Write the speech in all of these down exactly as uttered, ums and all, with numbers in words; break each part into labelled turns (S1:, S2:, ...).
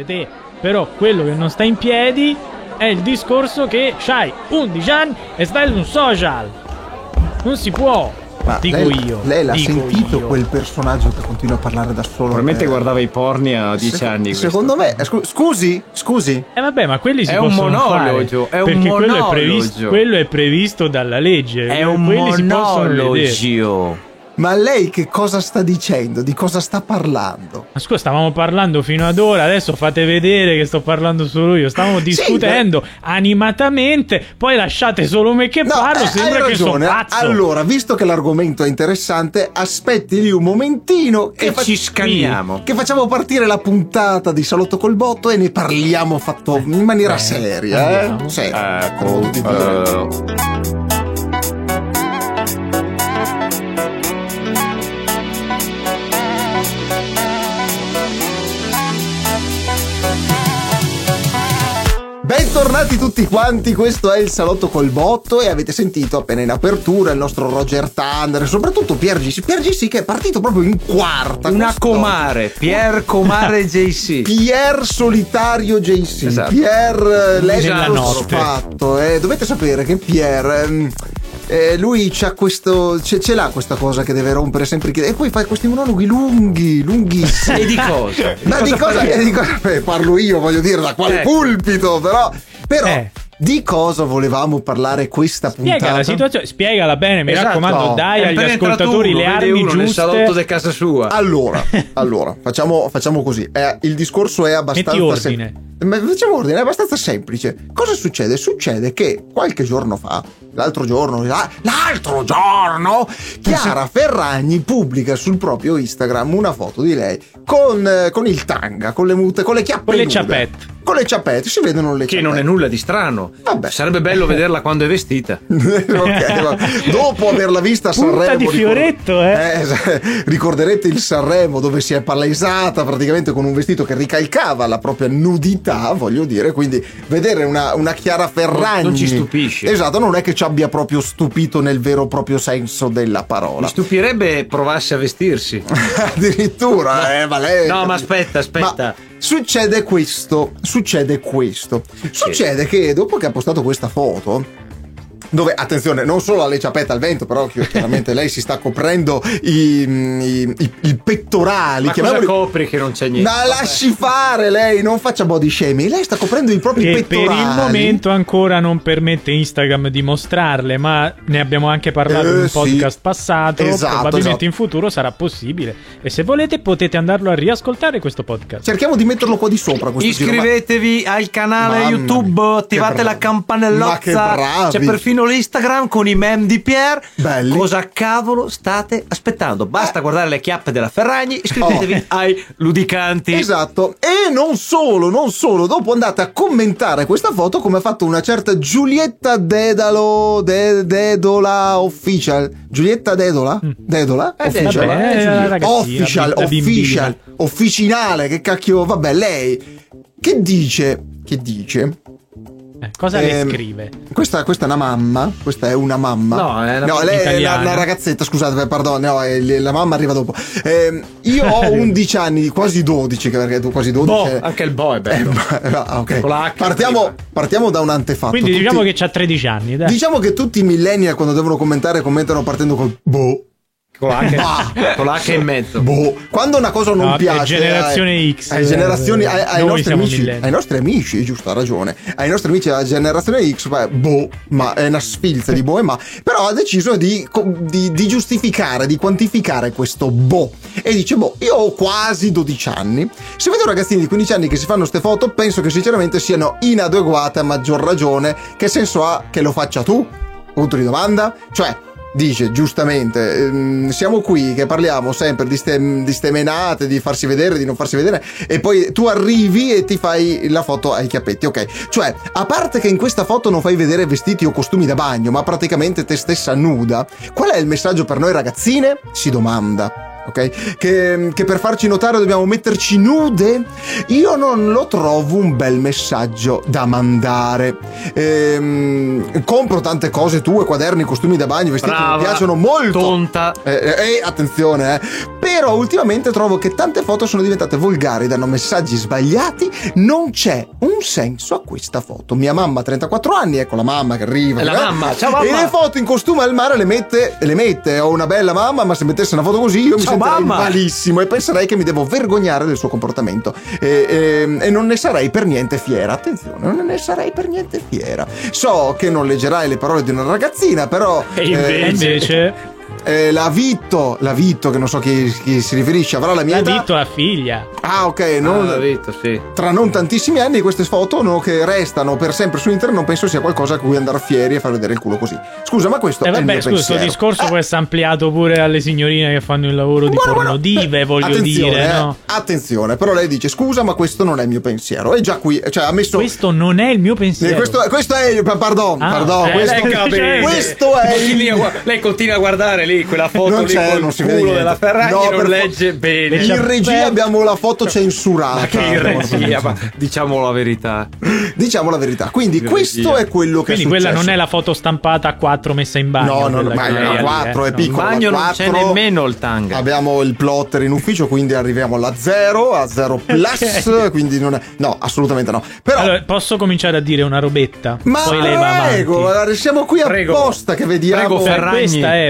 S1: te. Però quello che non sta in piedi è il discorso che c'hai undici anni e stai su un social. Non si può.
S2: Ma
S1: dico
S2: lei,
S1: io.
S2: Lei l'ha
S1: dico
S2: sentito
S1: io.
S2: quel personaggio che continua a parlare da solo?
S3: Probabilmente
S2: eh,
S3: guardava i porni a dieci
S2: se-
S3: anni.
S2: Secondo me, scu- scusi, scusi.
S1: Eh vabbè, ma quelli si
S3: È un
S1: possono
S3: monologo,
S1: fare,
S3: è un
S1: perché quello è,
S3: monologo.
S1: previsto, quello è previsto dalla legge.
S3: È un
S1: quelli si possono vedere.
S3: monologo.
S2: Ma lei che cosa sta dicendo? Di cosa sta parlando?
S1: Ma scusa, stavamo parlando fino ad ora, adesso fate vedere che sto parlando solo io. Stavamo discutendo
S2: beh.
S1: animatamente, poi lasciate solo me che
S2: No,
S1: parlo,
S2: eh,
S1: sembra
S2: hai
S1: che sono
S2: ragione.
S1: pazzo.
S2: Allora, visto che l'argomento è interessante, aspetti lì un momentino
S3: Che
S2: fa-
S3: ci scambiamo.
S2: Che facciamo partire la puntata di Salotto col Botto e ne parliamo fatto in maniera
S1: Eh,
S2: seria, eh?
S1: andiamo.
S2: Seria.
S3: Ecco,
S2: Di dire.
S3: eh,
S2: Bentornati tutti quanti, questo è il Salotto col Botto e avete sentito appena in apertura il nostro Roger Thunder e soprattutto Pier G C. Pier G C che è partito proprio in quarta.
S3: una
S2: quest'oggi.
S3: comare, Pier Comare J C.
S2: Pier Solitario J C,
S3: Esatto.
S2: Pier eh,
S1: Nella
S2: letto
S1: notte.
S2: sfatto. Eh, dovete sapere che Pier ehm, eh, lui c'ha questo, ce, ce l'ha questa cosa che deve rompere sempre i- e poi fa questi monologhi lunghi, lunghissimi.
S3: E di cosa?
S2: Ma di cosa,
S3: parliamo?
S2: di cosa eh, parlo io, voglio dire, da quale
S3: Ecco.
S2: pulpito, però, però
S1: Eh.
S2: di cosa volevamo parlare questa puntata?
S1: Spiega la situazione, spiegala bene, mi
S3: Esatto.
S1: raccomando, dai
S3: È
S1: agli
S3: appena entrato
S1: ascoltatori
S3: uno,
S1: le
S3: vede
S1: armi
S3: uno nel salotto
S1: giuste.
S3: di casa sua.
S2: Allora, allora facciamo, facciamo così. Eh, il discorso è abbastanza
S1: Metti ordine.
S2: sem- Ma facciamo ordine, è abbastanza semplice. Cosa succede? Succede che qualche giorno fa, l'altro giorno, la- l'altro giorno, Chiara Ferragni pubblica sul proprio Instagram una foto di lei con, eh, con il tanga, con le mute, con le chiappe
S1: Con le
S2: nude.
S1: ciappette.
S2: Con le ciappette, si vedono le
S3: Che
S2: ciappette.
S3: non è nulla di strano.
S2: Vabbè.
S3: Sarebbe bello vederla quando è vestita.
S2: Ok, va. Dopo averla vista a
S1: Punta
S2: Sanremo
S1: di fioretto, eh.
S2: es- ricorderete il Sanremo dove si è palesata praticamente con un vestito che ricalcava la propria nudità, voglio dire, quindi vedere una, una Chiara Ferragni
S3: Non ci stupisce.
S2: esatto, non è che ci abbia proprio stupito nel vero proprio senso della
S3: Mi
S2: parola.
S3: stupirebbe provasse a vestirsi.
S2: Addirittura eh, ma lei
S3: No, ma aspetta, aspetta.
S2: Ma succede questo, succede questo. Succede che dopo che ha postato questa foto, dove, attenzione, non solo ha le ciappette al vento, però chi- chiaramente lei si sta coprendo i, i, i- i pettorali.
S3: Ma cosa
S2: chiamiamoli-
S3: copri che non c'è niente?
S2: Ma lasci fare lei, non faccia body shaming. Lei sta coprendo i propri
S1: Che per
S2: pettorali.
S1: il momento ancora non permette Instagram di mostrarle, ma ne abbiamo anche parlato
S2: Eh,
S1: in un
S2: sì.
S1: podcast passato.
S2: Esatto,
S1: Probabilmente
S2: esatto.
S1: in futuro sarà possibile. E se volete potete andarlo a riascoltare questo podcast.
S2: Cerchiamo di metterlo qua di sopra. Questo giro, ma-
S3: Iscrivetevi al canale
S2: Mamma
S3: YouTube,
S2: mia,
S3: attivate
S2: che
S3: la
S2: bravi.
S3: campanellozza.
S2: Ma che bravi.
S3: C'è perfino l'Instagram con i meme di Pier.
S2: Belli.
S3: Cosa cavolo state aspettando? Basta guardare le chiappe della Ferragni. Iscrivetevi
S2: Oh.
S3: ai Ludicanti.
S2: Esatto, e non solo, non solo, dopo andate a commentare questa foto come ha fatto una certa Giulietta Dedalo, De- Dedola Official. Giulietta Dedola? Dedola?
S3: Eh,
S2: Official.
S3: Dedola,
S1: Vabbè,
S3: eh,
S1: la ragazzina,
S2: Official,
S1: la bimbina.
S2: official, officinale, che cacchio, vabbè, lei che dice, che dice,
S1: Eh, cosa le
S2: Ehm,
S1: scrive?
S2: questa, questa è una mamma, questa è una mamma.
S3: No, è una
S2: no,
S3: mamma
S2: lei è la,
S1: italiana.
S2: la ragazzetta, scusate, perdono, no, è- la mamma arriva dopo. Ehm, io ho undici anni, quasi dodici, che perché tu quasi dodici.
S3: Boh,
S2: eh,
S3: anche il boh è
S2: eh,
S3: bello.
S2: ah, ok.
S3: Con la H
S2: Partiamo,
S3: prima.
S2: partiamo da un antefatto.
S1: Quindi
S2: Tutti-
S1: diciamo che c'ha tredici anni, dai.
S2: diciamo che tutti i millennial quando devono commentare commentano partendo col boh.
S3: Con la H,
S2: Bah.
S3: con la H in mezzo.
S2: Boh. Quando una cosa non
S1: No, è
S2: piace
S1: generazione
S2: ai-
S1: X,
S2: ai generazioni ai, ai
S1: noi
S2: nostri
S1: siamo
S2: amici
S1: millennial.
S2: ai nostri amici, giusto, ha ragione, ai nostri amici della generazione X, beh, boh, ma è una sfilza di boh e ma, però ha deciso di, di, di giustificare, di quantificare questo boh e dice boh, io ho quasi dodici anni, se vedo ragazzini di quindici anni che si fanno ste foto penso che sinceramente siano inadeguate, a maggior ragione che senso ha che lo faccia tu? Punto di domanda. Cioè dice giustamente, ehm, siamo qui che parliamo sempre di ste, di ste menate, di farsi vedere, di non farsi vedere, e poi tu arrivi e ti fai la foto ai chiappetti, ok? Cioè, a parte che in questa foto non fai vedere vestiti o costumi da bagno, ma praticamente te stessa nuda, qual è il messaggio per noi ragazzine? Si domanda. ok? Che, che per farci notare dobbiamo metterci nude, io non lo trovo un bel messaggio da mandare. Ehm, compro tante cose tue, quaderni, costumi da bagno, vestiti,
S3: Brava,
S2: mi piacciono molto.
S3: Tonta.
S2: Eh, eh, attenzione, eh. Però ultimamente trovo che tante foto sono diventate volgari, danno messaggi sbagliati, non c'è un senso a questa foto. Mia mamma ha trentaquattro anni, ecco la mamma che arriva.
S3: È la
S2: eh,
S3: mamma, ciao mamma.
S2: E le foto in costume al mare le mette, le mette, ho una bella mamma, ma se mettesse una foto così io mi
S3: Ciao,
S2: sentirei
S3: mamma.
S2: malissimo e penserei che mi devo vergognare del suo comportamento e, e, e non ne sarei per niente fiera. Attenzione, non ne sarei per niente fiera. So che non leggerai le parole di una ragazzina, però
S3: E
S2: eh,
S3: invece-
S1: E invece
S2: eh, la Vitto, la Vitto che non so chi, chi si riferisce, avrà la mia
S1: l'ha
S2: età.
S1: detto la figlia.
S2: Ah, ok, non,
S3: Ah, Vito, sì.
S2: tra non tantissimi anni queste foto no, che restano per sempre su internet non penso sia qualcosa a cui andare fieri e far vedere il culo così. Scusa, ma questo
S1: E
S2: è il
S1: vabbè,
S2: mio
S1: scusa, questo
S2: pensiero.
S1: discorso può essere ampliato pure alle signorine che fanno il lavoro di
S2: Buono, buono.
S1: pornodive,
S2: Eh,
S1: voglio
S2: attenzione,
S1: dire,
S2: eh,
S1: no?
S2: attenzione, però lei dice scusa, ma questo non è il mio pensiero. E già qui, cioè ha messo
S1: Questo non è il mio
S2: Eh,
S1: pensiero.
S2: questo, questo è pardon,
S1: Ah,
S2: pardon,
S1: eh,
S2: questo,
S1: lei capisce.
S2: questo è
S3: Continua a
S2: il,
S3: gua- lei continua a guardare lì quella foto
S2: non
S3: lì
S2: c'è,
S3: col
S2: non si vede
S3: culo
S2: niente.
S3: della Ferragni
S2: No,
S3: e non
S2: per-
S3: legge bene.
S2: in regia abbiamo la foto censurata.
S3: Ma che in regia, ma diciamo la verità.
S2: Diciamo la verità. Quindi
S3: In
S2: questo
S3: regia.
S2: è quello che
S1: Quindi
S2: è
S1: quella
S2: successo.
S1: non è la foto stampata a quattro messa in bagno.
S2: No, no, no,
S1: quella
S2: ma
S1: che
S2: è
S1: lei
S2: la
S1: ha lì,
S2: quattro,
S1: eh,
S2: è
S1: no.
S2: piccola.
S3: In bagno
S2: la
S3: non c'è
S2: quattro.
S3: nemmeno il tanga.
S2: Abbiamo il plotter in ufficio, quindi arriviamo alla zero, a zero plus, quindi non è... No, assolutamente no. Però...
S1: Allora, posso cominciare a dire una robetta?
S2: ma
S1: Poi lei va
S2: prego,
S1: avanti.
S2: siamo qui
S3: Prego.
S2: apposta che vediamo...
S3: Prego,
S1: Cioè,
S3: Ferragni.
S1: questa è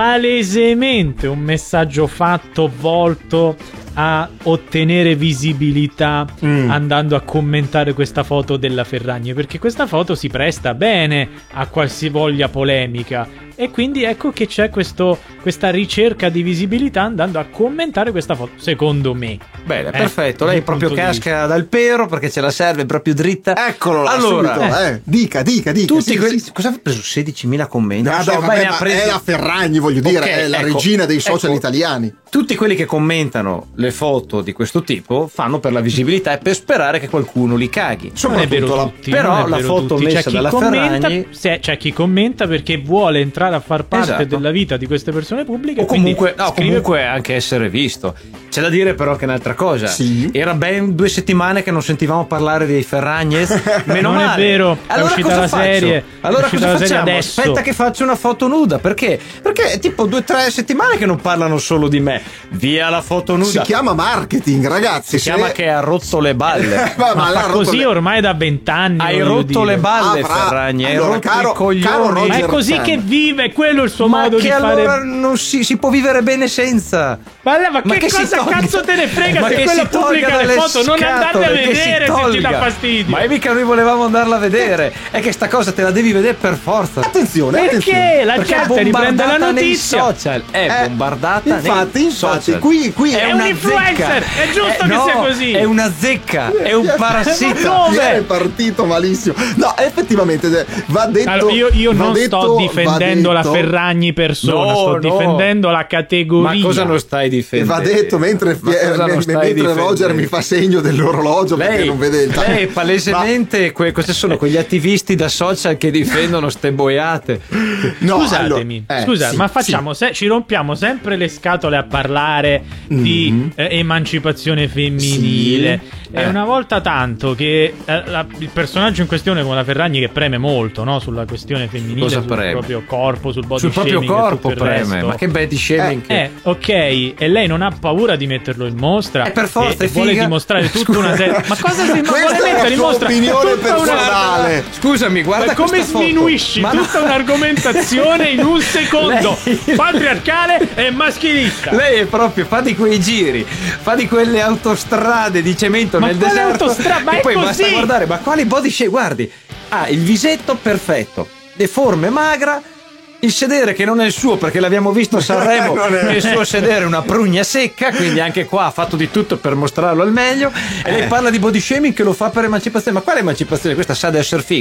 S1: palesemente un messaggio fatto volto a ottenere visibilità
S2: Mm.
S1: andando a commentare questa foto della Ferragni, perché questa foto si presta bene a qualsivoglia polemica e quindi ecco che c'è questo, questa ricerca di visibilità andando a commentare questa foto, secondo me.
S3: Bene,
S1: Eh,
S3: perfetto.
S1: dal
S3: Lei
S1: mio
S3: proprio
S1: punto di
S3: casca dal pero perché ce la serve proprio dritta.
S2: Eccolo là,
S3: Allora,
S2: subito, eh. Dica, dica, dica.
S3: Tutti
S2: sì,
S3: quelli.
S2: sì.
S3: Cosa ha preso? sedicimila commenti?
S2: Ah,
S3: Non
S2: beh,
S3: so,
S2: vabbè,
S3: beh, ne ha
S2: ma
S3: presi-
S2: è la Ferragni, voglio dire,
S3: Ok,
S2: è la
S3: ecco,
S2: regina dei social
S3: ecco.
S2: italiani.
S3: Tutti quelli che commentano le foto di questo tipo fanno per la visibilità e per sperare che qualcuno li caghi.
S1: Non è vero
S2: Soprattutto la...
S1: tutti,
S3: però
S1: non è
S3: la
S1: vero
S3: foto
S1: tutti.
S3: messa
S1: c'è chi
S3: dalla
S1: commenta,
S3: Ferragni-
S1: se- c'è chi commenta perché vuole entrare a far parte
S3: Esatto.
S1: della vita di queste persone pubbliche
S3: O
S1: e quindi
S3: comunque, no,
S1: scrive-
S3: comunque anche essere visto. C'è da dire però che è un'altra cosa.
S2: Sì.
S3: Era ben due settimane che non sentivamo parlare dei Ferragnez. Meno
S1: Non è
S3: male.
S1: vero, è
S3: Allora
S1: uscita
S3: cosa
S1: la
S3: faccio?
S1: serie, è
S3: Allora
S1: uscita
S3: cosa
S1: la serie
S3: facciamo?
S1: adesso.
S3: Aspetta che faccio una foto nuda. Perché? Perché è tipo due o tre settimane che non parlano solo di me. Via la foto nuda.
S2: Si chiama marketing, ragazzi.
S3: Si chiama che ha rotto le balle.
S2: ma,
S1: Ma
S2: l'ha
S1: fa
S2: rotto
S1: così
S2: le-
S1: ormai da vent'anni.
S3: Hai
S1: voglio
S3: rotto
S1: dire.
S3: le balle,
S2: Ah, fra-
S3: Ferragni. Hai
S2: allora,
S3: rotto
S2: caro-
S3: i coglioni.
S2: caro Roger-
S1: Ma è così
S2: Fan.
S1: che vive, quello è il suo
S3: Ma
S1: modo
S3: che
S1: di
S3: allora
S1: fare.
S3: non si, si può vivere bene senza.
S1: Ma, ma
S3: Ma
S1: che,
S3: che si
S1: cosa
S3: tolga-
S1: cazzo te ne frega
S3: Ma
S1: se
S3: che
S1: quello
S3: si tolga
S1: pubblica le
S3: dalle
S1: foto? Non andate a
S3: scatole, che si
S1: vedere se ti
S3: tolga.
S1: dà fastidio.
S3: Ma è mica noi volevamo andarla a vedere. È che sta cosa te la devi vedere per forza.
S2: Attenzione,
S1: Perché
S2: attenzione.
S1: la
S3: Perché
S1: gente
S3: è
S1: riprende la
S3: bombardata nei
S1: notizia.
S3: social. È
S2: Eh,
S3: bombardata
S2: infatti,
S3: nei
S2: infatti,
S3: social.
S2: qui- qui-
S1: È
S3: una
S1: un influencer,
S3: zecca.
S1: è giusto
S3: Eh,
S1: che
S3: no,
S1: sia così.
S3: È una zecca, è un parassita.
S1: Ma dove?
S2: È partito malissimo. No, effettivamente eh, va detto.
S1: Allora, io io
S2: va
S1: non
S2: detto,
S1: sto
S2: va
S1: difendendo la
S2: detto-
S1: Ferragni persona,
S3: No,
S1: sto
S3: no.
S1: difendendo la categoria.
S3: Ma cosa non stai
S2: E
S3: difendendo?
S2: va detto mentre,
S3: Ma cosa non
S2: me-
S3: stai
S2: mentre
S3: difendendo?
S2: Roger mi fa segno dell'orologio perché
S3: Lei,
S2: non vede il time.
S3: lei palesemente que- questi sono quegli attivisti da social che difendono ste boiate.
S2: No,
S1: Scusatemi,
S2: allora, eh,
S1: scusa,
S2: sì,
S1: ma facciamo se, ci rompiamo sempre le scatole a parlare di
S2: Mhm.
S1: eh, emancipazione femminile.
S2: Sì.
S1: È
S2: Eh.
S1: una volta tanto che eh, la- il personaggio in questione come la Ferragni che preme molto, no, sulla questione femminile,
S3: Cosa
S1: sul
S3: preme?
S1: proprio corpo, sul body
S3: Sul proprio
S1: shaming e
S3: corpo
S1: tutto il
S3: preme.
S1: resto.
S3: Ma che body shaming
S1: Eh,
S3: che-
S1: eh, ok, e lei non ha paura di metterlo in mostra.
S3: Eh, per forza,
S1: e,
S3: è
S1: e vuole
S3: figa.
S1: dimostrare tutta
S3: Scusa.
S1: una serie. Ma cosa si ma
S2: Questa
S1: vuole
S2: è la
S1: mettere in
S2: sua
S1: mostra?
S2: opinione
S1: Tutta una-
S2: personale.
S3: Scusami, guarda
S1: Ma come
S3: questa foto.
S1: sminuisci
S3: Ma no.
S1: tutta un'argomentazione in un secondo?
S3: Lei-
S1: Patriarcale e maschilista.
S3: Lei è proprio, fa di quei giri, fa di quelle autostrade di cemento
S1: Ma
S3: nel
S1: quale
S3: deserto.
S1: autostra- ma
S3: e
S1: è
S3: poi
S1: così!
S3: basta guardare, ma quali body shape? Guardi, ha il visetto perfetto, le forme magra, il sedere che non è il suo perché l'abbiamo visto a Sanremo,
S2: Non è-
S3: che il suo sedere è una prugna secca, quindi anche qua ha fatto di tutto per mostrarlo al meglio. E lei parla di body shaming che lo fa per emancipazione. Ma quale emancipazione? Questa sa di essere figa.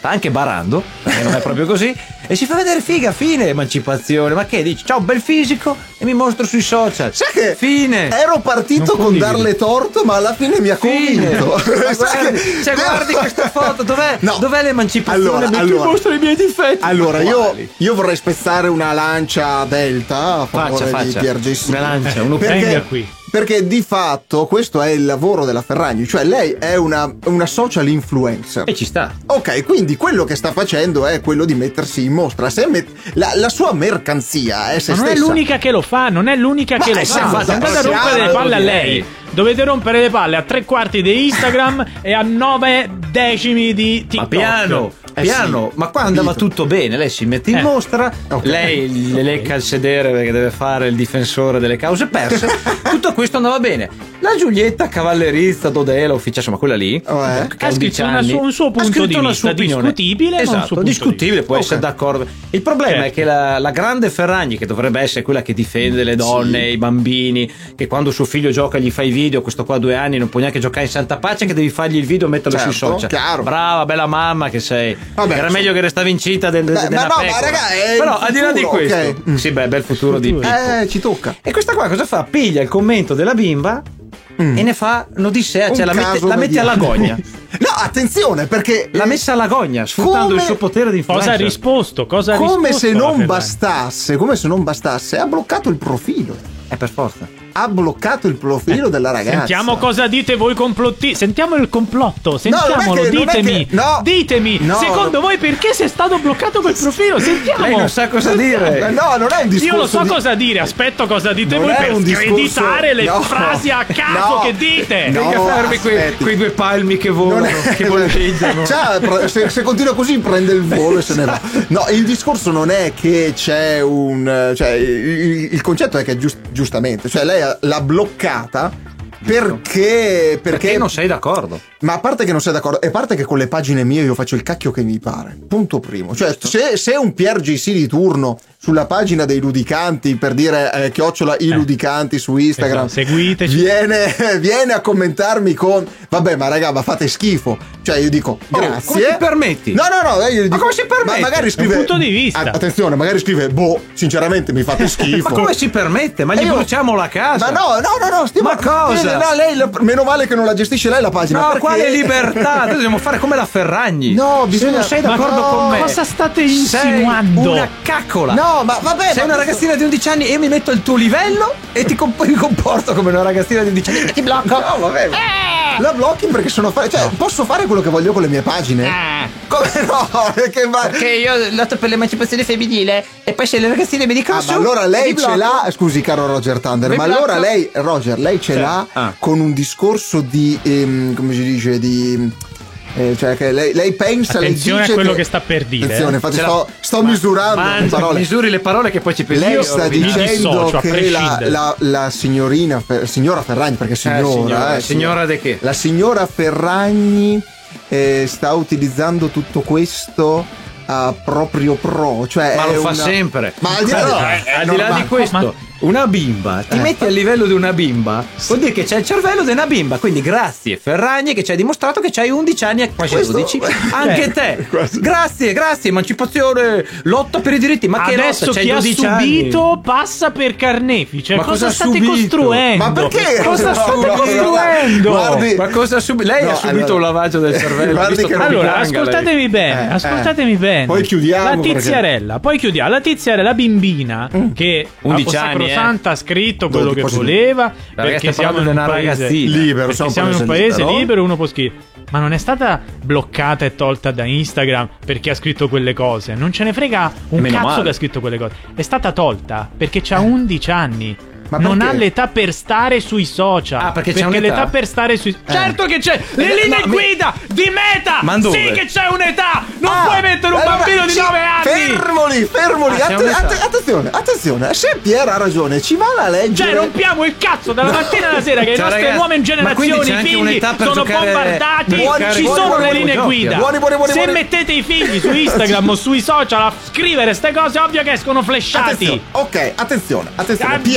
S3: sta anche barando, perché non è proprio così, e si fa vedere figa, fine, emancipazione. Ma che dici? Ciao, bel fisico, e mi mostro sui social.
S2: Sai che
S3: fine.
S2: Ero partito con darle torto, ma alla fine mi ha convinto.
S3: Ma
S2: Sai
S3: guardi,
S2: che-
S3: cioè, guardi questa foto, dov'è,
S2: No.
S3: dov'è l'emancipazione?
S2: Allora,
S3: Mi
S2: allora.
S3: mostro i miei difetti.
S2: Allora, io,
S3: Quali?
S2: io vorrei spezzare una lancia a Delta a favore
S3: Faccia,
S2: di
S3: faccia.
S2: Pier G C.
S3: Una lancia, uno
S2: Perché-
S1: Venga qui.
S2: Perché di fatto questo è il lavoro della Ferragni, cioè lei è una, una social influencer.
S3: E ci sta.
S2: Ok, quindi quello che sta facendo è quello di mettersi in mostra. Se met- la, la sua mercanzia è se
S1: Ma non
S2: stessa.
S1: è l'unica che lo fa, non è l'unica
S2: Ma
S1: che lo
S2: è
S1: fa.
S2: sempre
S1: Andate a
S2: stato
S1: rompere le
S2: chiaro
S1: palle a
S3: di
S1: lei.
S3: lei.
S1: Dovete rompere le palle a tre quarti di Instagram e a nove decimi di TikTok.
S3: Ma piano,
S2: Eh
S3: piano,
S2: sì,
S3: ma qua andava
S2: capito.
S3: tutto bene, lei si mette in
S1: Eh.
S3: mostra,
S2: Ok.
S3: lei le lecca il sedere perché deve fare il difensore delle cause perse, tutto questo andava bene. La Giulietta Cavallerizza Dodela, ufficia, insomma quella lì,
S2: Oh, eh.
S3: che ha
S1: Ha scritto
S3: undici
S1: una
S3: anni,
S1: su- un suo
S3: ha
S1: punto
S3: scritto
S1: di
S3: una
S1: vista,
S3: sua opinione.
S1: discutibile, ma un
S3: esatto,
S1: suo punto di
S3: discutibile,
S1: vista.
S3: può
S2: Ok.
S3: essere d'accordo. Il problema
S1: Certo.
S3: è che la, la grande Ferragni, che dovrebbe essere quella che difende le donne, i bambini, che quando suo figlio gioca gli fa i video, questo qua ha due anni non può neanche giocare in santa pace, che devi fargli il video e metterlo
S2: Certo,
S3: sui social.
S2: chiaro.
S3: Brava, bella mamma che sei.
S2: Vabbè,
S3: Era
S2: so-
S3: meglio che restava incinta del, del,
S2: Beh,
S3: della
S2: ma no, ma
S3: pecora.
S2: raga, è
S3: Però
S2: il
S3: al di là di
S2: futuro,
S3: questo,
S2: ok. Mm.
S3: sì, beh, bel futuro di
S1: Futuro.
S3: Pippo.
S2: Eh, ci tocca.
S3: E questa qua cosa fa? Piglia il commento della bimba
S2: Mm.
S3: e ne fa un'odissea,
S2: Un
S3: cioè la mette,
S2: caso
S3: la mette alla
S2: mediano.
S3: gogna.
S2: No, attenzione, perché
S3: L'ha messa alla gogna, sfruttando
S2: Come-
S3: il suo potere di influenza.
S1: Cosa ha risposto? Cosa ha
S2: come
S1: risposto
S2: se
S1: la
S2: non
S1: Ferragni?
S2: bastasse, come se non bastasse, ha bloccato il profilo.
S3: Eh, per forza.
S2: Ha bloccato il profilo della ragazza.
S1: Sentiamo cosa dite voi complotti. Sentiamo il complotto. Sentiamolo,
S2: non è che- non è
S1: ditemi.
S2: che- no.
S1: Ditemi.
S2: No.
S1: Secondo voi perché si è stato bloccato quel profilo? Sentiamo.
S3: Lei non sa cosa dire.
S2: No, non è un discorso
S1: Io lo so
S2: di-
S1: cosa dire, aspetto cosa dite
S2: Non
S1: voi
S2: è
S1: per
S2: un discorso-
S1: screditare le
S2: no.
S1: frasi a caso
S2: No.
S1: che dite.
S2: No.
S3: Mica fermi quei,
S2: aspetti.
S3: quei due palmi che
S2: Non
S3: volano,
S2: è-
S3: che volteggiano.
S2: Cioè, pre- se, se continua così prende il volo e se ne va. No, il discorso non è che c'è un, cioè il, il concetto è che giust- giustamente, cioè lei l'ha bloccata perché, perché
S3: Perché non sei d'accordo?
S2: ma a parte che non sei d'accordo, e a parte che con le pagine mie io faccio il cacchio che mi pare. Punto primo. Cioè, se, se un Pier G C di turno sulla pagina dei ludicanti, per dire eh, chiocciola i ludicanti su Instagram,
S1: Esatto, seguiteci.
S2: viene, viene a commentarmi con vabbè, ma raga, ma fate schifo. Cioè, io dico grazie.
S3: come ti permetti?
S2: No, no, no, io gli dico,
S3: come si permette?
S2: Ma magari scrive.
S1: È un punto di vista.
S2: Ah, attenzione, magari scrive, boh, sinceramente mi fate schifo.
S3: Ma come si permette? Ma
S2: E
S3: gli
S2: io-
S3: bruciamo la casa?
S2: Ma no, no, no, no, stiamo-
S3: Ma cosa?
S2: Eh, no, lei, la- meno male che non la gestisce lei la pagina.
S3: No,
S2: perché-
S3: quale libertà? Noi dobbiamo fare come la Ferragni.
S2: No, bisogna-
S3: Se non sei
S2: Ma
S3: d'accordo
S2: no,
S3: con me.
S1: cosa state
S3: sei
S1: insinuando?
S3: una caccola.
S2: No, ma vabbè,
S3: Sei
S2: ma-
S3: una ragazzina di undici anni e io mi metto al tuo livello e ti comp- mi comporto come una ragazzina di undici anni e ti blocco.
S2: No, vabbè. La blocchi perché sono fa- cioè, posso fare quello che voglio con le mie pagine? Come no? Perché va-
S3: Perché io lotto per l'emancipazione femminile e poi se le ragazzine mi dicono
S2: Ah,
S3: su,
S2: ma allora lei
S3: ti
S2: ce
S3: blocco.
S2: l'ha, scusi caro Roger Thunder,
S3: Mi
S2: ma
S3: blocco.
S2: allora lei, Roger, lei ce l'ha
S3: Ah.
S2: con un discorso di, ehm, come si dice, di... eh, cioè che lei, lei pensa, lei
S1: Attenzione
S2: dice
S1: a quello
S2: che,
S1: che sta per dire.
S2: Attenzione, infatti
S3: Ce la-
S2: sto, sto
S3: Ma-
S2: misurando le
S3: mangia,
S2: parole.
S3: misuri le parole che poi ci pensi.
S2: Lei
S3: io,
S2: sta
S3: rovinare.
S1: Mi
S2: dicendo
S1: dissocio, a
S2: che la,
S1: prescindere.
S2: la, la signorina Fer- signora Ferragni, perché signora,
S3: signora,
S2: eh,
S3: signora di che?
S2: La signora Ferragni eh, sta utilizzando tutto questo a proprio pro, cioè
S3: Ma
S2: è
S3: lo fa
S2: una-
S3: sempre.
S2: Ma al di là,
S3: Però,
S2: è- è
S3: al di là
S2: normale.
S3: di questo,
S1: Ma-
S3: una bimba, ti
S2: Eh.
S3: metti al livello di una bimba, vuol dire che c'è il cervello di una bimba. Quindi grazie Ferragni che ci hai dimostrato che c'hai undici anni e quasi
S2: Questo-
S3: dodici. Anche te.
S2: Questo-
S3: Grazie, grazie, emancipazione, lotta per i diritti. Ma che
S1: Adesso
S3: lotta? C'hai
S1: chi ha
S3: dodici
S1: subito
S3: anni.
S1: passa per carnefice.
S3: Ma
S1: cosa
S3: cosa ha
S1: state
S3: subito?
S1: costruendo?
S2: Ma perché?
S1: Cosa
S2: No,
S1: state
S2: no, no,
S1: costruendo?
S2: guardi-
S3: Ma cosa ha subito? Lei
S2: No,
S3: ha subito
S2: allora-
S3: un lavaggio del cervello.
S2: Guardi
S3: visto
S2: che-
S3: troppi
S1: Allora,
S3: tanga, lei.
S1: ascoltatemi bene,
S2: Eh,
S1: ascoltatemi
S2: eh.
S1: bene.
S2: Poi chiudiamo,
S1: La
S2: perché-
S1: tiziarella, poi chiudiamo. La tiziarella, la bimbina che
S3: undici
S1: a
S3: anni,
S1: Sacrosanta ha scritto quello
S2: No,
S1: che
S2: posso-
S1: voleva.
S3: Raga,
S1: Perché
S3: stiamo
S1: siamo in
S3: parlando
S1: un
S3: di una
S1: paese
S3: ragazzina.
S2: Libero,
S1: perché
S2: siamo un
S1: siamo in un
S2: paese
S1: paese
S2: libero.
S1: libero, uno può scrivere. Ma non è stata bloccata e tolta da Instagram perché ha scritto quelle cose. Non ce ne frega un
S3: Meno
S1: cazzo
S3: male.
S1: che ha scritto quelle cose. È stata tolta perché c'ha undici anni.
S2: Ma
S1: non
S2: perché?
S1: ha l'età per stare sui social.
S3: Ah, perché c'è un'età?
S1: l'età per stare sui Certo che c'è! Le
S2: Eh,
S1: linee
S2: no, mi-
S1: guida di Meta!
S3: Ma dove?
S1: Sì che c'è un'età! Non
S2: Ah,
S1: puoi mettere un
S2: eh,
S1: bambino
S2: vabbè,
S1: di
S2: sì,
S1: nove anni!
S2: Fermoli, fermoli,
S3: Ah, c'è
S2: atte-
S3: un'età.
S2: atte- attenzione, attenzione. Se Pier ha ragione, ci va la legge.
S1: Cioè, rompiamo il cazzo dalla mattina alla sera che le
S3: Cioè,
S1: nostre
S3: ragazzi,
S1: nuove
S3: ma
S1: generazioni,
S3: quindi c'è
S1: i
S3: anche
S1: figli
S3: un'età per
S1: sono
S3: giocare-
S1: bombardati.
S3: per giocare-
S1: Ci
S3: buoni,
S1: sono
S3: buoni,
S1: le
S3: buoni
S1: linee
S3: giochi,
S1: guida.
S3: eh.
S2: Buoni, buoni, buoni,
S1: Se
S2: buoni.
S1: mettete i figli su Instagram o sui social a scrivere ste cose, ovvio che escono flashati.
S2: Attenzione, ok, attenzione, attenzione.
S1: A
S2: Pier-
S1: due mesi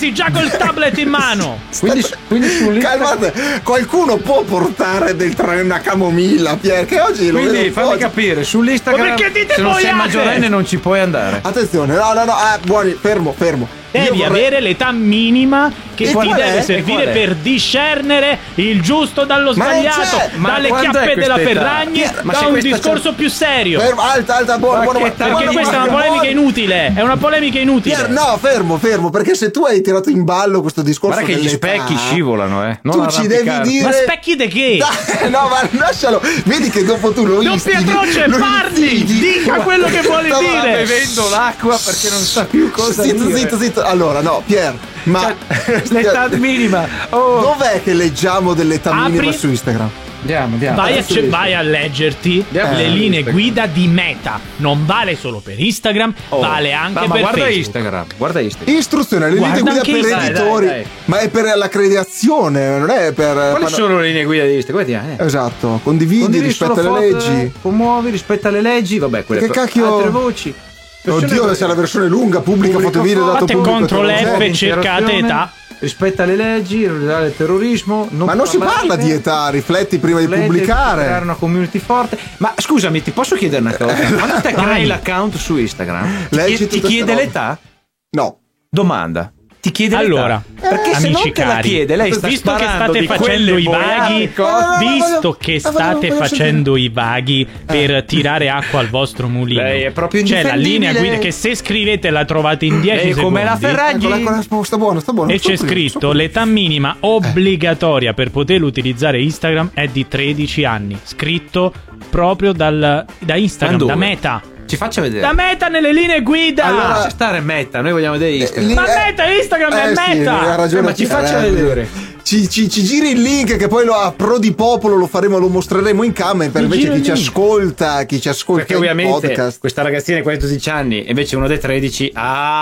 S1: mesi già col tablet in mano.
S3: Quindi, quindi
S2: Calmate, qualcuno può portare del tre una camomilla, Pier, che oggi lo
S3: Quindi
S2: vedo
S3: fammi
S2: oggi.
S3: capire, sull'Instagram
S1: Ma perché dite
S3: se non sei
S1: boiate?
S3: maggiorenne non ci puoi andare.
S2: Attenzione, no, no, no, eh, buoni, fermo, fermo.
S1: Devi
S2: Io vorrei-
S1: avere l'età minima che
S2: E
S1: ti
S2: qual è?
S1: deve
S2: E
S1: servire
S3: qual è?
S1: per discernere il giusto dallo
S2: Ma non
S1: sbagliato,
S2: c'è!
S3: Ma
S1: dalle
S3: quando è
S1: chiappe della
S3: questa età?
S1: Ferragni,
S3: Ma
S1: da
S3: se
S1: un
S3: questa
S1: discorso
S3: c'è-
S1: più serio.
S2: Fermo, alta, alta, buono,
S3: Ma
S2: buono,
S3: che
S2: buono,
S3: ta-
S1: Perché
S2: buono,
S1: questa è una
S2: buono,
S1: polemica
S2: buono.
S1: inutile. È una polemica inutile.
S2: Pier, no, fermo, fermo, perché se tu hai tirato in ballo questo discorso
S3: Guarda che gli
S2: dell'età,
S3: specchi scivolano, eh. Non
S2: tu ci devi
S3: arrampicarti.
S2: dire.
S1: Ma specchi de che?
S2: Dai, no, ma lascialo. Vedi che dopo tu lo
S1: Don
S2: istighi,
S1: Pietroce,
S2: lo
S1: parli,
S2: istighi.
S1: dica quello che vuole
S2: Stava
S3: Sta
S1: dire.
S3: bevendo l'acqua perché non sa più cosa
S2: Zitto,
S3: dire.
S2: zitto, zitto. Allora, no, Pier, ma
S3: Cioè, l'età minima. Oh.
S2: dov'è che leggiamo dell'età
S1: Apri-
S2: minima su Instagram?
S3: Andiamo, andiamo.
S1: Vai a,
S3: Adesso
S1: ce-
S3: dico.
S1: vai a leggerti
S3: Andiamo
S1: le
S3: su
S1: linee
S3: Instagram.
S1: guida di Meta. Non vale solo per Instagram,
S3: Oh.
S1: vale anche
S3: ma, ma
S1: per
S3: guarda
S1: Facebook.
S3: Instagram, guarda Instagram.
S2: Istruzione, le linee
S1: Guarda
S2: guida
S1: anche
S2: per
S1: Instagram.
S2: editori,
S3: Dai, dai, dai.
S2: ma è per l'accreditazione, non è per.
S3: Quali
S2: quando-
S3: sono le linee guida di Instagram? Guarda, eh.
S2: Esatto, condividi,
S3: Condividi
S2: rispetta
S3: solo
S2: le
S3: foto,
S2: leggi.
S3: promuovi, rispetta le leggi, vabbè, quelle
S2: Che
S3: per-
S2: cacchio-
S3: altre voci.
S2: Oddio, c'è la versione lunga, pubblica,
S3: Pubblico
S2: foto video,
S3: foto.
S2: dato
S1: Fate
S2: pubblico.
S1: control
S2: eterogeno.
S1: F, cercate età.
S3: Rispetta le leggi, non il terrorismo. Non
S2: Ma non si
S3: parlare
S2: parla di età, rifletti prima di
S3: Rifletti,
S2: pubblicare.
S3: creare una community forte. Ma scusami, ti posso chiedere una cosa? Quando te
S1: Vai.
S3: crei l'account su Instagram, ti,
S2: Leggi
S3: chiede- ti
S2: tutte
S3: chiede
S2: ste
S3: l'età?
S2: No.
S3: Domanda. Ti chiede
S1: Allora,
S3: l'età? Perché se
S1: amici
S3: non te la
S1: cari,
S3: chiede, lei sta
S1: visto che
S3: sparando
S1: state
S3: di
S1: facendo
S3: quelle
S1: i vaghi,
S3: boiate,
S2: no, no, no,
S1: visto
S2: voglio-
S1: che
S2: no,
S1: state
S2: voglio- voglio
S1: facendo i vaghi per tirare acqua al vostro mulino,
S3: Lei è proprio
S1: c'è la linea
S3: indifendibile.
S1: guida che se scrivete la trovate in dieci
S3: Lei è come la
S1: secondi.
S3: Ferragni.
S2: Eccola, eccola, sta buono, sta buono.
S1: E
S2: sto
S1: c'è
S2: qui,
S1: scritto
S2: sto qui.
S1: l'età minima obbligatoria per poter utilizzare Instagram è di tredici anni. Scritto proprio dal, da Instagram,
S3: Ma
S1: da
S3: dove?
S1: Meta.
S3: Ci faccia vedere.
S1: Da Meta nelle linee guida.
S2: Allora-
S3: Lascia stare Meta, noi vogliamo vedere Instagram.
S2: lì-
S1: Ma
S2: eh,
S1: Meta, Instagram è
S2: eh, sì,
S1: Meta.
S2: ha ragione,
S3: Eh, ma ci
S2: Pier,
S3: faccia
S2: eh,
S3: vedere.
S2: Ci, ci, ci giri il link che poi lo a Pro di Popolo lo faremo, lo mostreremo in camera per
S1: Mi
S2: invece
S1: giro
S2: chi
S1: il
S2: ci
S1: link.
S2: ascolta, chi ci ascolta
S3: Perché
S2: in
S3: ovviamente
S2: podcast.
S3: questa ragazzina è quattordici anni e invece uno dei tredici.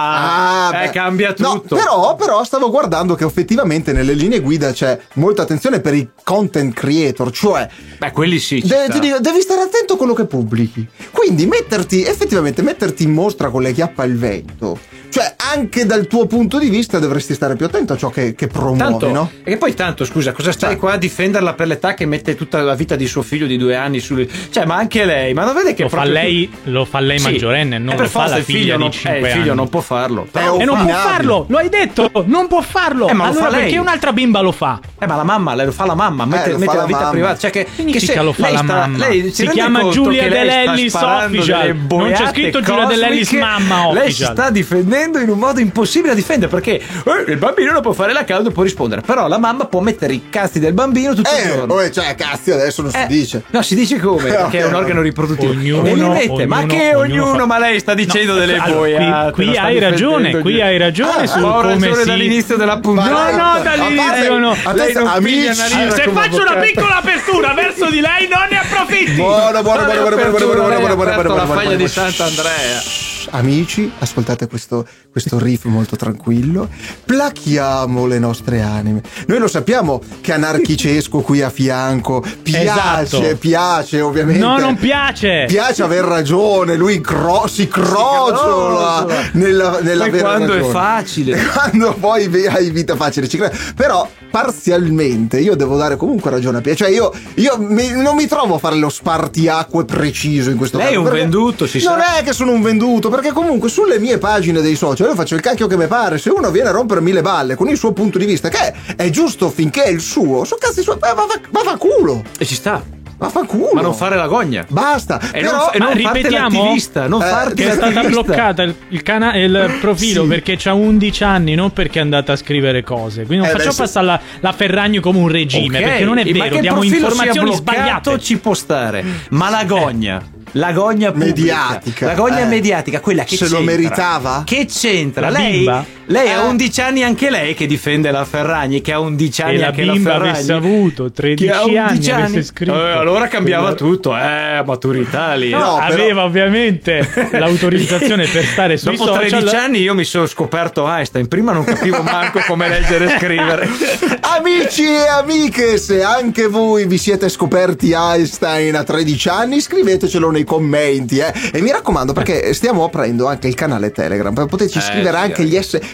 S3: Ah,
S2: Ah,
S3: eh,
S2: beh.
S3: cambia
S2: No,
S3: tutto.
S2: però, però stavo guardando che effettivamente nelle linee guida c'è molta attenzione per i content creator, cioè
S3: Beh, quelli sì. ci
S2: de-
S3: sta.
S2: ti dico, devi stare attento a quello che pubblichi. Quindi metterti, effettivamente metterti in mostra con le chiappe al vento. Cioè, anche dal tuo punto di vista dovresti stare più attento a ciò che, che promuovi,
S3: Tanto,
S2: no?
S3: e poi tanto, scusa, cosa stai qua a difenderla per l'età che mette tutta la vita di suo figlio di due anni sulle... Cioè, ma anche lei, ma non vede che
S1: Lo fa
S3: proprio-
S1: lei, lo fa lei
S3: Sì,
S1: maggiorenne,
S3: e
S1: non
S3: per
S1: lo fa
S3: forza
S1: la
S3: il figlio
S1: figlia
S3: non,
S1: di
S3: eh,
S1: cinque
S3: il figlio
S1: anni.
S3: non può farlo.
S2: È
S3: Però-
S2: un-
S1: E non può
S2: opinabile.
S1: farlo, lo hai detto, non può farlo.
S3: Eh, ma lo
S1: allora
S3: fa lei.
S1: perché un'altra bimba lo fa?
S3: Eh, ma la mamma, lei lo fa la mamma, mette,
S2: lo
S3: mette
S2: fa
S3: la
S2: la
S3: vita
S2: mamma.
S3: privata. Cioè che,
S1: Significa
S3: che se
S1: lo fa
S3: lei
S1: la
S3: sta-
S1: mamma.
S3: lei
S1: Si
S3: rende
S1: chiama
S3: conto
S1: Giulia
S3: che lei sta
S1: Dell'Ellis
S3: sparando
S1: Official.
S3: delle
S1: Non c'è
S3: boiate
S1: scritto Giulia
S3: cosmiche.
S1: Dell'Ellis mamma
S3: Lei si
S1: official.
S3: sta difendendo in un modo impossibile da difendere perché eh, il bambino non può fare la caldo, può rispondere. Però la mamma può mettere i cazzi del bambino tutto il
S2: Eh,
S3: giorno.
S2: oh, cioè, cazzo, adesso non si
S3: Eh,
S2: dice.
S3: No, si dice come? Perché è un organo riproduttivo.
S1: Ognuno-
S3: e li mette, ma
S1: ognuno-
S3: che ognuno,
S1: ognuno fa-
S3: ma lei sta dicendo
S1: No,
S3: delle
S1: allora,
S3: boiate.
S1: qui,
S3: lo
S1: qui
S3: sta
S1: hai ragione,
S3: difendendo
S1: qui
S3: Giulia.
S1: hai ragione
S2: Ah,
S1: su
S3: Ho
S1: come
S3: ragione
S1: si...
S3: dall'inizio della
S2: Ma
S3: puntata.
S1: No, no,
S2: a
S1: dall'inizio
S2: parte-
S1: no.
S2: a
S3: Lei non
S2: amici,
S3: piglia una lira
S1: Se
S3: come
S1: faccio una
S3: avvocato.
S1: piccola apertura verso di lei, non ne approfitti.
S2: Buono, buono, buono, buono, buono, buono, buono, buono, buono, buono, buono,
S3: la
S2: buono,
S3: faglia di
S2: buono.
S3: Sant'Andrea.
S2: Amici, ascoltate questo, questo riff molto tranquillo. Plachiamo le nostre anime. Noi lo sappiamo che anarchicesco qui a fianco piace,
S1: Esatto.
S2: piace ovviamente.
S1: No, non piace.
S2: Piace aver ragione, lui cro- si crogiola
S3: crogiola.
S2: nella, nella
S3: Poi
S2: vera
S3: quando è
S2: ragione.
S3: facile.
S2: Quando poi ve- hai vita facile, ci credo. Però parzialmente io devo dare comunque ragione a Pia. Cioè io, io mi- non mi trovo a fare lo spartiacque preciso in questo
S3: Lei
S2: caso.
S3: è un
S2: perché
S3: venduto, si
S2: Non
S3: sa.
S2: è che sono un venduto, perché comunque sulle mie pagine dei social io faccio il cacchio che mi pare. Se uno viene a rompermi le balle con il suo punto di vista, che è giusto finché è il suo, so cazzi suoi, ma va, va, va culo.
S3: E ci sta.
S2: Ma fa culo.
S3: Ma non fare la gogna.
S2: Basta.
S3: E
S2: Però,
S3: non, fa- e non
S1: Ma
S3: farti
S1: ripetiamo?
S3: l'attivista. Non
S2: Eh,
S3: farti
S1: Che è stata
S3: l'attivista.
S1: bloccata il, il, cana- il profilo
S2: Sì.
S1: perché c'ha undici anni, non perché è andata a scrivere cose. Quindi non
S2: Eh,
S1: facciamo
S2: adesso-
S1: passare la, la Ferragni come un regime,
S3: Ok,
S1: perché non è
S3: ma
S1: vero,
S3: che
S1: diamo
S3: profilo
S1: informazioni
S3: sia bloccato
S1: sbagliate.
S3: ci può stare. Ma la gogna. La gogna pubblica,
S2: Mediatica,
S3: la gogna
S2: eh.
S3: mediatica, quella che
S2: Se lo
S3: c'entra.
S2: meritava?
S3: Che c'entra?
S1: La
S3: Lei,
S1: bimba?
S3: lei ha
S2: Eh.
S3: undici anni anche lei che difende la Ferragni, che ha undici anni
S1: E la
S3: anche
S1: bimba
S3: la Ferragni.
S1: avesse avuto tredici
S3: Che ha
S1: anni,
S3: undici
S1: avesse scritto.
S3: Eh, allora cambiava
S1: Quello-
S3: tutto, eh, maturità lì.
S1: No,
S2: No, però-
S1: aveva ovviamente l'autorizzazione per stare sui
S3: Dopo
S1: social.
S3: tredici anni io mi sono scoperto Einstein. Prima non capivo manco come leggere e scrivere.
S2: Amici e amiche, se anche voi vi siete scoperti Einstein a tredici anni, scrivetecelo nei commenti, eh. E mi raccomando, perché stiamo aprendo anche il canale Telegram, per poterci
S3: Eh,
S2: scrivere
S3: sì,
S2: anche gli S.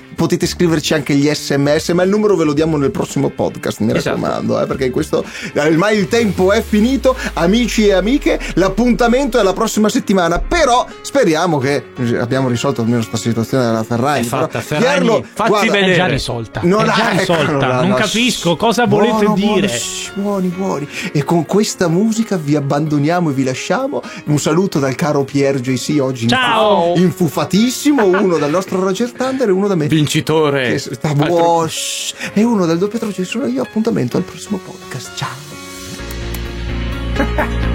S2: potete scriverci anche gli sms, ma il numero ve lo diamo nel prossimo podcast, mi
S3: Esatto.
S2: raccomando, eh, perché questo ormai il tempo è finito, amici e amiche, l'appuntamento è la prossima settimana, però speriamo che abbiamo risolto almeno questa situazione della Ferragni.
S3: È fatta,
S2: però,
S3: Ferragni,
S2: Pierlo,
S3: fatti
S2: guarda,
S3: vedere.
S1: È già risolta.
S2: Non
S1: è già
S2: ha-
S1: risolta.
S2: eccola,
S1: non
S2: no,
S1: capisco cosa volete
S2: buono,
S1: dire.
S2: buono, shh, buoni, buoni. E con questa musica vi abbandoniamo e vi lasciamo. Un saluto dal caro Pier J C, oggi
S1: Ciao!
S2: infufatissimo, uno dal nostro Roger Thunder e uno da me.
S3: Vincitore.
S2: Che sta buono, shh, e uno dal doppiatore ci sono io. Appuntamento al prossimo podcast. Ciao.